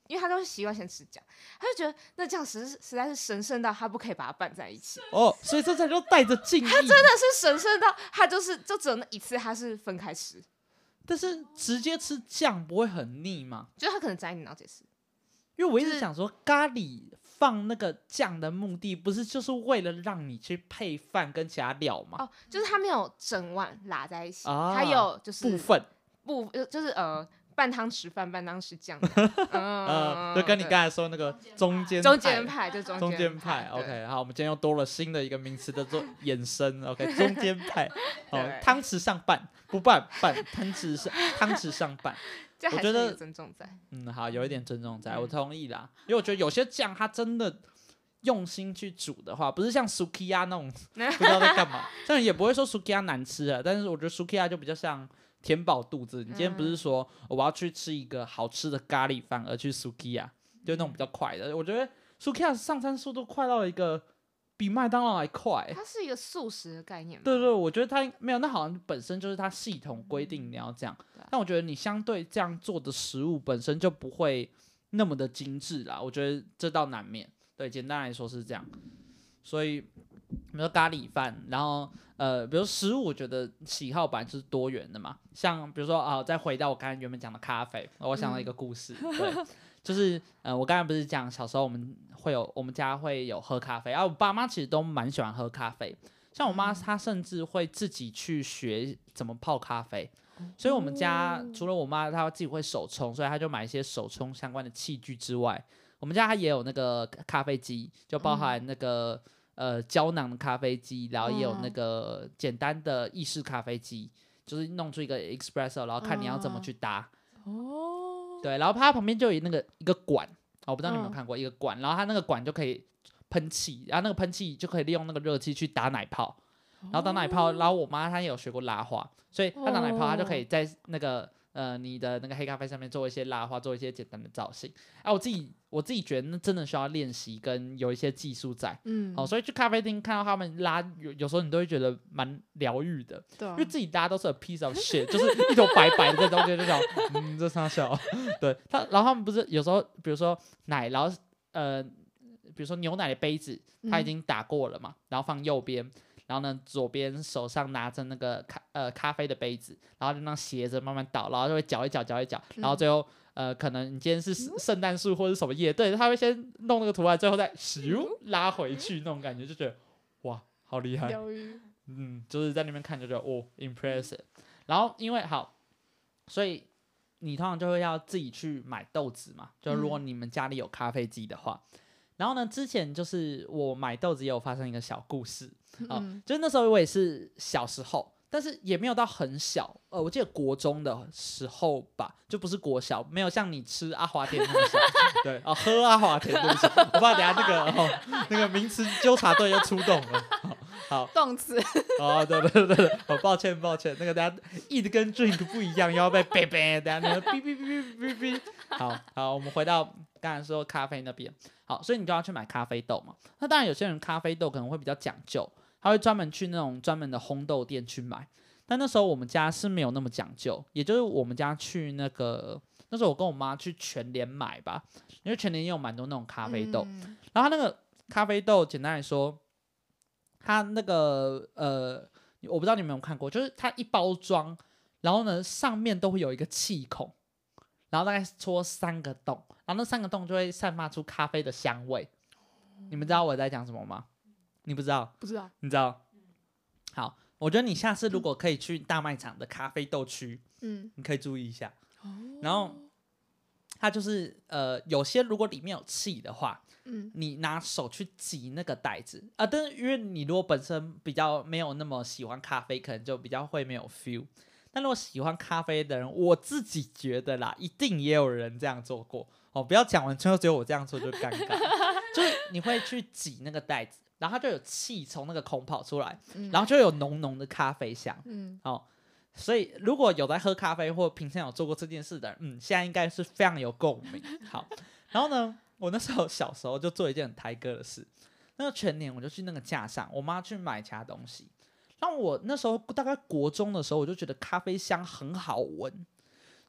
因为他都是习惯先吃酱，他就觉得那酱实在是神圣到他不可以把它拌在一起。 所以这才就带着敬意。 他真的是神圣到他就只有那一次他是分开吃。 但是直接吃酱不会很腻吗？ 就是他可能在你脑解释。 因为我一直想说，咖喱放那个酱的目的，不是就是为了让你去配饭跟其他料吗？ 就是他没有整碗拉在一起，他有就是部分就是半汤匙饭，半汤匙酱。 就跟你刚才说那个中间派，就中间派。OK， 好，我们今天又多了新的一个名词的做衍生。OK， 中间派，汤匙上半，不拌，汤匙上半。我觉得尊重在， 好，有一点尊重在，我同意啦。因为我觉得有些酱它真的用心去煮的话，不是像 Sukiya 那种不知道在干嘛，这样也不会说 Sukiya 难吃啊。但是我觉得 Sukiya 就比较像填饱肚子。你今天不是说我要去吃一个好吃的咖喱饭而去 Sukiya， 就那种比较快的。我觉得 Sukiya 上餐速度快到了一个比麦当劳还快。 它是一个速食的概念吗？ 对，我觉得它没有，那好像本身就是它系统规定你要这样。但我觉得你相对这样做的食物本身就不会那么的精致啦，我觉得这倒难免。对，简单来说是这样。所以比如说咖喱饭，然后比如食物，我觉得喜好本来就是多元的嘛。像比如说再回到我刚才原本讲的咖啡，我想到一个故事，对，就是我刚才不是讲小时候我们家会有喝咖啡，我爸妈其实都蛮喜欢喝咖啡。像我妈她甚至会自己去学怎么泡咖啡。所以我们家除了我妈她自己会手冲，所以她就买一些手冲相关的器具之外，我们家她也有那个咖啡机，就包含那个胶囊的咖啡机，然后也有那个简单的意式咖啡机，就是弄出一个 espresso， 然后看你要怎么去搭。对，然后它旁边就有一个管，我不知道你有没有看过一个管，然后它那个管就可以喷气，然后那个喷气就可以利用那个热气去打奶泡。然后打奶泡，然后我妈她也有学过拉花，所以她打奶泡，她就可以在那个你的那个黑咖啡上面做一些拉花，做一些简单的造型。我自己觉得那真的需要练习跟有一些技术在。所以去咖啡厅看到他们拉，有时候你都会觉得蛮疗愈的。 对， 因为自己拉都是 a piece of shit， 就是一坨白白的在中间，就想这啥小。对，然后他们不是有时候比如说奶，然后比如说牛奶的杯子，它已经打过了嘛，然后放右边。然后呢，左边手上拿着那个咖啡的杯子，然后就那样斜着慢慢倒，然后就会搅一搅，然后最后可能你今天是圣诞树或者什么叶，对，他会先弄那个图案，最后再咻拉回去，那种感觉就觉得哇，好厉害，就是在那边看就觉得impressive。然后因为好，所以你通常就会要自己去买豆子嘛，就如果你们家里有咖啡机的话。然后呢，之前就是我买豆子也有发生一个小故事。就是那时候我也是小时候，但是也没有到很小，我记得国中的时候吧，就不是国小，没有像你吃阿华田那么小。对，喝阿华田，对不起，我怕等下那个名词纠察队又出动了。好， 动词。 对，抱歉，那个等下 eat 跟 drink 不一样，又要被等下那个哔哔哔哔哔。好，我们回到刚才说咖啡那边。好，所以你就要去买咖啡豆嘛。那当然有些人咖啡豆可能会比较讲究，他会专门去那种专门的烘豆店去买。但那时候我们家是没有那么讲究，也就是我们家去那时候我跟我妈去全联买吧，因为全联也有蛮多那种咖啡豆。然后它那个咖啡豆简单来说，它那个我不知道你们有没有看过，就是它一包装，然后呢上面都会有一个气孔。然后大概戳3个洞，然后那3个洞就会散发出咖啡的香味。你们知道我在讲什么吗？你不知道？ 不知道。 你知道？好，我觉得你下次如果可以去大卖场的咖啡豆区，你可以注意一下。然后它就是有些如果里面有气的话，你拿手去挤那个袋子但是因为你如果本身比较没有那么喜欢咖啡，可能就比较会没有 feel。但如果喜欢咖啡的人，我自己觉得啦，一定也有人这样做过不要讲完之后只有我这样做就尴尬。就是你会去挤那个袋子，然后它就有气从那个孔跑出来，然后就有浓浓的咖啡香。所以如果有在喝咖啡或平常有做过这件事的人，现在应该是非常有共鸣。好，然后呢，我那时候小时候就做一件很台哥的事，那个全年我就去那个架上，我妈去买其他东西。然后我那时候大概国中的时候，我就觉得咖啡香很好闻，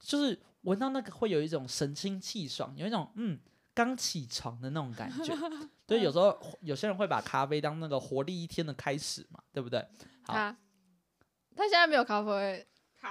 就是闻到那个会有一种神清气爽，有一种刚起床的那种感觉。对，有时候有些人会把咖啡当那个活力一天的开始嘛，对不对？好， 他现在没有咖啡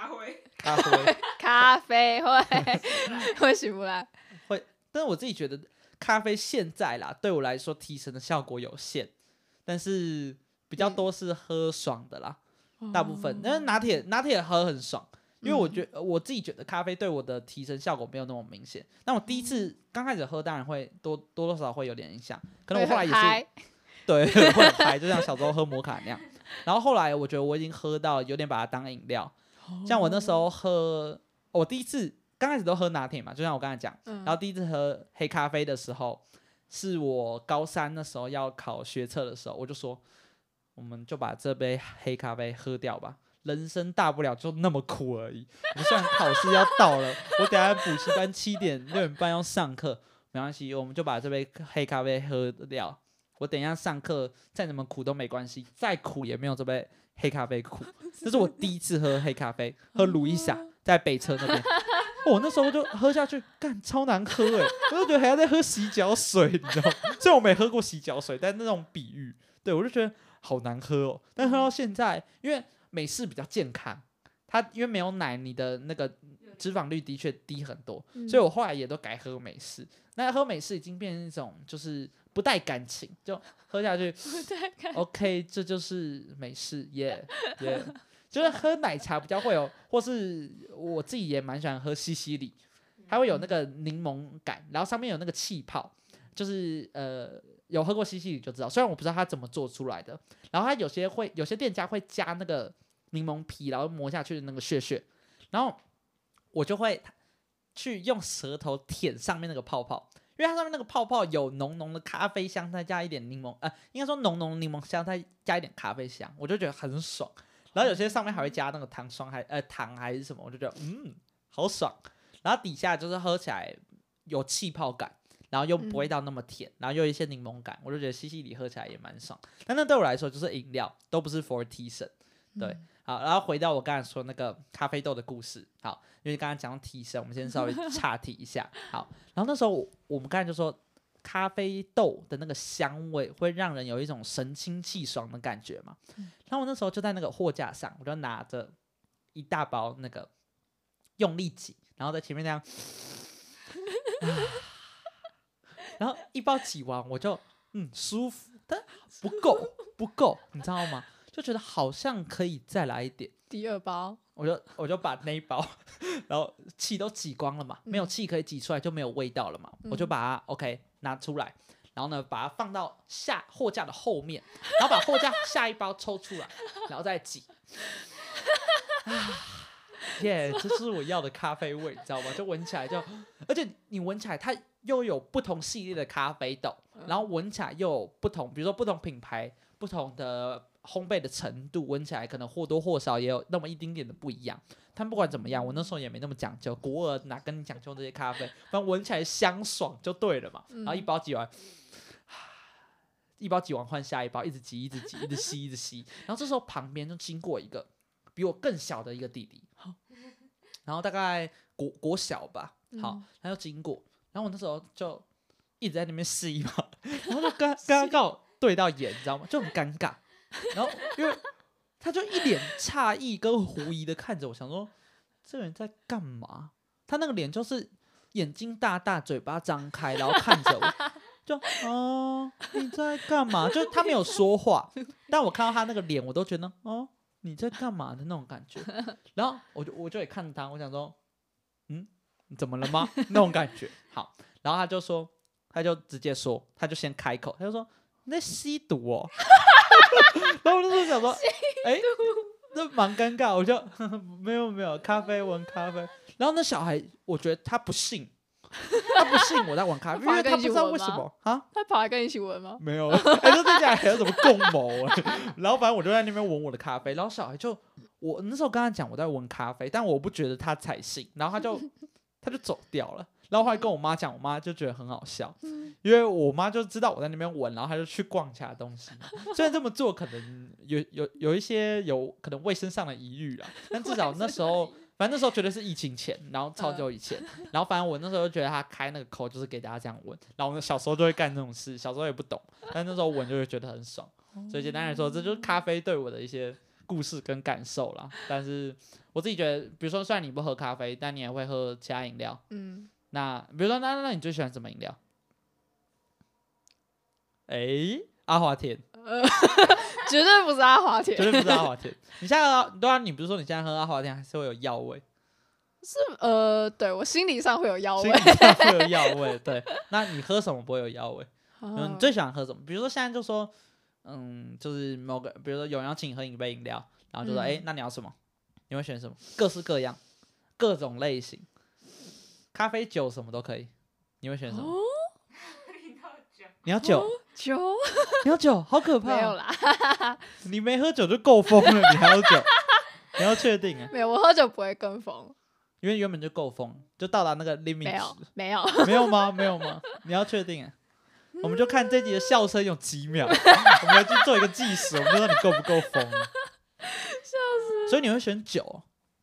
会醒不来， 会。但是我自己觉得咖啡现在啦，对我来说提神的效果有限，但是比较多是喝爽的啦，大部分。但是拿铁喝很爽。因为我自己觉得咖啡对我的提神效果没有那么明显。那我第一次刚开始喝，当然会多少会有点影响。可能我后来也是对会很嗨，就像小时候喝摩卡那样。然后后来我觉得我已经喝到有点把它当饮料。像我那时候我第一次刚开始都喝拿铁嘛，就像我刚才讲。然后第一次喝黑咖啡的时候，是我高3那时候要考学测的时候，我就说，我们就把这杯黑咖啡喝掉吧。人生大不了就那么苦而已。我们虽然考试要到了，我等一下补习班6点半要上课，没关系，我们就把这杯黑咖啡喝掉。我等一下上课再怎么苦都没关系，再苦也没有这杯黑咖啡苦。这是我第一次喝黑咖啡，喝路易莎，在北车那边。我那时候就喝下去，干超难喝我就觉得还要在喝洗脚水，你知道吗？虽然我没喝过洗脚水，但那种比喻，对我就觉得好难喝但喝到现在，因为美式比较健康，它因为没有奶，你的那个脂肪率的确低很多，所以我后来也都改喝美式。那喝美式已经变成一种就是不带感情，就喝下去，OK， 这就是美式，耶。就是喝奶茶比较会有，或是我自己也蛮喜欢喝西西里，它会有那个柠檬感，然后上面有那个气泡，就是有喝过西西里就知道，虽然我不知道它怎么做出来的。然后它有些店家会加那个柠檬皮，然后磨下去的那个屑，然后我就会去用舌头舔上面那个泡泡，因为它上面那个泡泡有浓浓的咖啡香，再加一点柠檬，应该说浓浓的柠檬香，再加一点咖啡香，我就觉得很爽。然后有些上面还会加那个糖霜，糖还是什么，我就觉得好爽。然后底下就是喝起来有气泡感，然后又不会到那么甜，然后又有一些柠檬感，我就觉得西西里喝起来也蛮爽。但那对我来说就是饮料，都不是 for 提神。对，好，然后回到我刚才说那个咖啡豆的故事。好，因为刚刚讲到提神，我们先稍微岔题一下。好，然后那时候我们刚才就说，咖啡豆的那个香味会让人有一种神清气爽的感觉嘛。然后我那时候就在那个货架上，我就拿着一大包那个用力挤，然后在前面那样，然后一包挤完我就舒服，但不够，你知道吗？就觉得好像可以再来一点。 第二包， 我就把那一包，然后气都挤光了嘛，没有气可以挤出来就没有味道了嘛，我就把它 OK 拿出来，然后呢把它放到货架的后面，然后把货架下一包抽出来，然后再挤。耶，这是我要的咖啡味，你知道吗？就闻起来就，而且你闻起来它又有不同系列的咖啡豆，然后闻起来又有不同，比如说不同品牌、不同的烘焙的程度，闻起来可能或多或少也有那么一丁点的不一样。但不管怎么样，我那时候也没那么讲究，国尔哪跟你讲究这些咖啡，反正闻起来香爽就对了嘛。然后一包挤完换下一包，一直挤，一直吸。然后这时候旁边就经过一个比我更小的一个弟弟，然后大概国小吧，好，他就经过，然后我那时候就一直在那边吸嘛，然后就刚好对到眼，你知道吗？就很尴尬。然后因为他就一脸诧异跟狐疑的看着我，想说这个人在干嘛？他那个脸就是眼睛大大，嘴巴张开，然后看着我，就你在干嘛？就他没有说话，但我看到他那个脸，我都觉得你在干嘛的那种感觉。然后我就也看着他，我想说你怎么了吗？那种感觉。好，然后他就直接说，他就先开口，他就说你在吸毒哦。然后我那时候想说这蛮尴尬，我就没有咖啡闻咖啡。然后那小孩我觉得他不信我在玩咖啡，因为他不知道为什么他跑来跟你一起闻吗？ 没有，说这家还有什么共谋然后反正我就在那边闻我的咖啡，然后小孩我那时候跟他讲我在闻咖啡，但我不觉得他采信，然后他就走掉了。然后后来跟我妈讲，我妈就觉得很好笑，因为我妈就知道我在那边闻，然后她就去逛其他东西。虽然这么做可能有一些有可能卫生上的疑虑啦，但至少那时候反正那时候绝对是疫情前，然后超久以前，然后反正我那时候就觉得他开那个口就是给大家这样闻，然后我小时候就会干这种事，小时候也不懂，但那时候闻就会觉得很爽。所以简单来说，这就是咖啡对我的一些故事跟感受啦。但是我自己觉得，比如说虽然你不喝咖啡，但你也会喝其他饮料。那比如说那你最喜欢什么饮料？阿华田。 绝对不是阿华田， 绝对不是阿华田。你现在对啊，你不是说你现在喝阿华田还是会有药味？ 是对我心理上会有药味， 心理上会有药味。对，那你喝什么不会有药味？你最喜欢喝什么？比如说现在就说，就是某个，比如说有人要请你喝一杯饮料，然后就说，那你要什么？你会选什么？各式各样，各种类型，咖啡、酒什么都可以。你会选什么？你要酒？你要酒？好可怕！ 没有啦， 你没喝酒就够疯了，你还要酒？你要确定啊？ 没有，我喝酒不会跟风， 因为原本就够疯，就到达那个 limit 值。 没有吗？没有吗？你要确定啊？我们就看这集的笑声有几秒，我们来去做一个计时，我们就知道你够不够疯。 笑死！ 所以你会选酒？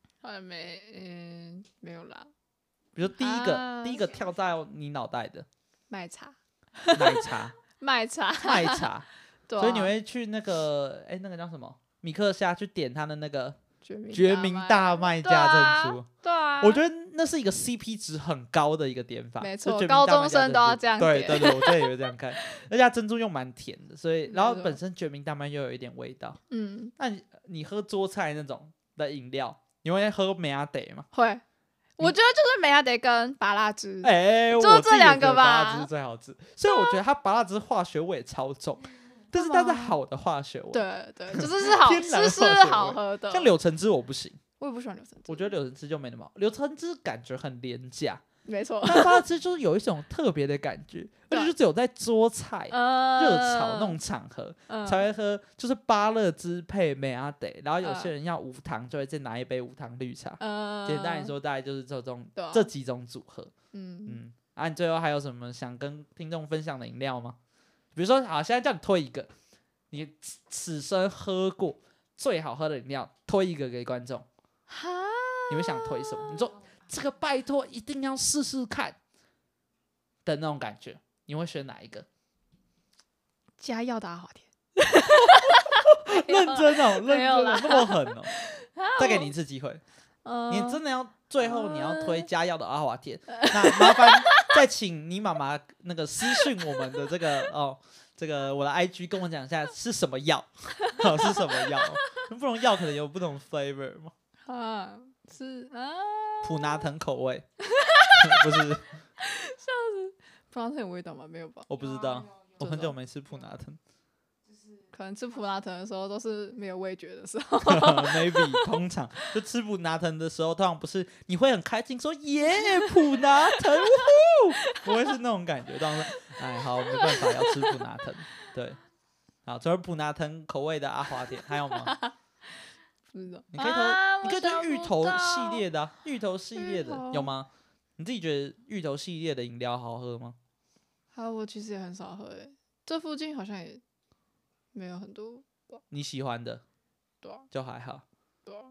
没有啦。 比如说第一个跳在你脑袋的麦茶。 麦茶， 对啊， 所以你会去那个那个叫什么米克夏去点他的那个决明大麦加珍珠。 对啊， 我觉得那是一个 CP 值很高的一个点法。 没错，高中生都要这样点。 对，我真的也会这样看。而且珍珠又蛮甜的，所以然后本身决明大麦又有一点味道。那你喝桌菜那种的饮料，你会喝梅亚得吗？ 会。我觉得就是梅亚得跟芭乐汁， 就这两个吧。 芭乐汁最好吃，所以我觉得它芭乐汁化学味超重，但是它是好的化学味。 对，就是好，是好喝的。 像柳橙汁我不行， 我也不喜欢柳橙汁。 我觉得柳橙汁就没那么好，柳橙汁感觉很廉价。 没错， 但芭乐汁就是有一种特别的感觉，而且就只有在桌菜、热炒那种场合才会喝，就是芭乐汁配梅亚得，然后有些人要无糖，就会再拿一杯无糖绿茶。简单来说，大概就是这几种组合。你最后还有什么想跟听众分享的饮料吗？比如说，好，现在叫你推一个，你此生喝过最好喝的饮料，推一个给观众，你会想推什么？你说。这个拜托一定要试试看的那种感觉，你会选哪一个？ 加药的阿华田。 认真哦，那么狠哦！再给你一次机会，你真的要最后你要推加药的阿华田，那麻烦再请你妈妈那个私讯我们的这个我的 IG 跟我讲一下是什么药，是什么药？不同药可能有不同 flavor 吗？ 是普拿疼口味，不是？笑死！普拿疼有味道吗？没有吧？ 我不知道，我很久没吃普拿疼。 可能吃普拿疼的时候都是没有味觉的时候。 Maybe 通常就吃普拿疼的时候，通常不是你会很开心说耶普拿疼，不会是那种感觉。通常说好没办法要吃普拿疼。对，好，除了普拿疼口味的阿华田还有吗？你可以推芋头系列的芋头系列的有吗？你自己觉得芋头系列的饮料好喝吗？ 我其实也很少喝这附近好像也没有很多你喜欢的， 对啊， 就还好。 对啊，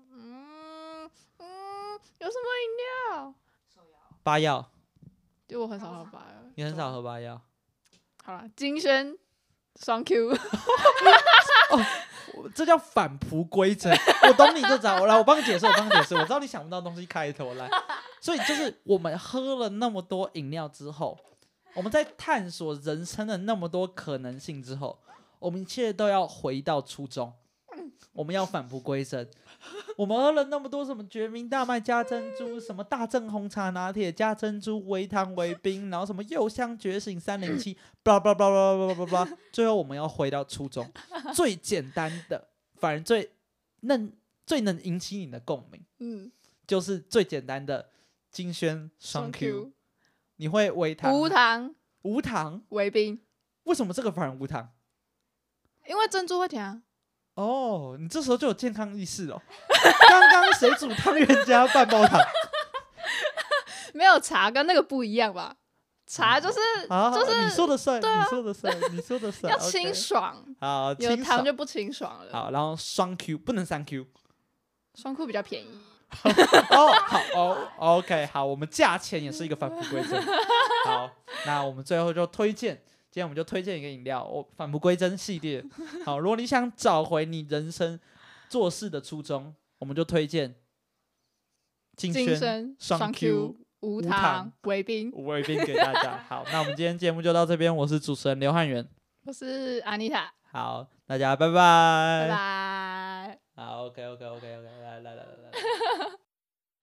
有什么饮料？ 八药， 就我很少喝八药。 你很少喝八药？ 好啦，金萱双 Q。 这叫返璞归真。我懂你这招，我帮你解释，我知道你想不到东西开头来，所以就是我们喝了那么多饮料之后，我们在探索人生的那么多可能性之后，我们一切都要回到初衷，我们要返璞归真。我们喝了那么多什么决明大麦加珍珠，什么大正红茶拿铁加珍珠，微糖微冰，然后什么柚香觉醒307，blah blah blah blah blah blah， 最后我们要回到初衷，最简单的，反而最能引起你的共鸣，就是最简单的金萱双 Q。你会微糖？无糖微冰。 为什么这个反而无糖？ 因为珍珠会甜啊。 你这时候就有健康意识了。刚刚谁煮汤圆加半包糖？ 没有，茶跟那个不一样吧？茶就是你说的算，你说的算， 要清爽。 好， 有糖就不清爽了。 好，然后双 Q 不能3Q， 双 Q 比较便宜。 好 ，OK， 好，我们价钱也是一个返璞归真。好，那我们最后就推荐，今天我们就推荐一个饮料，返璞归真系列。好，如果你想找回你人生做事的初衷，我们就推荐金萱双 Q 无糖微冰给大家。好，那我们今天节目就到这边，我是主持人刘汉元， 我是安妮塔。 好，大家拜拜。 拜拜。 好 ，OK。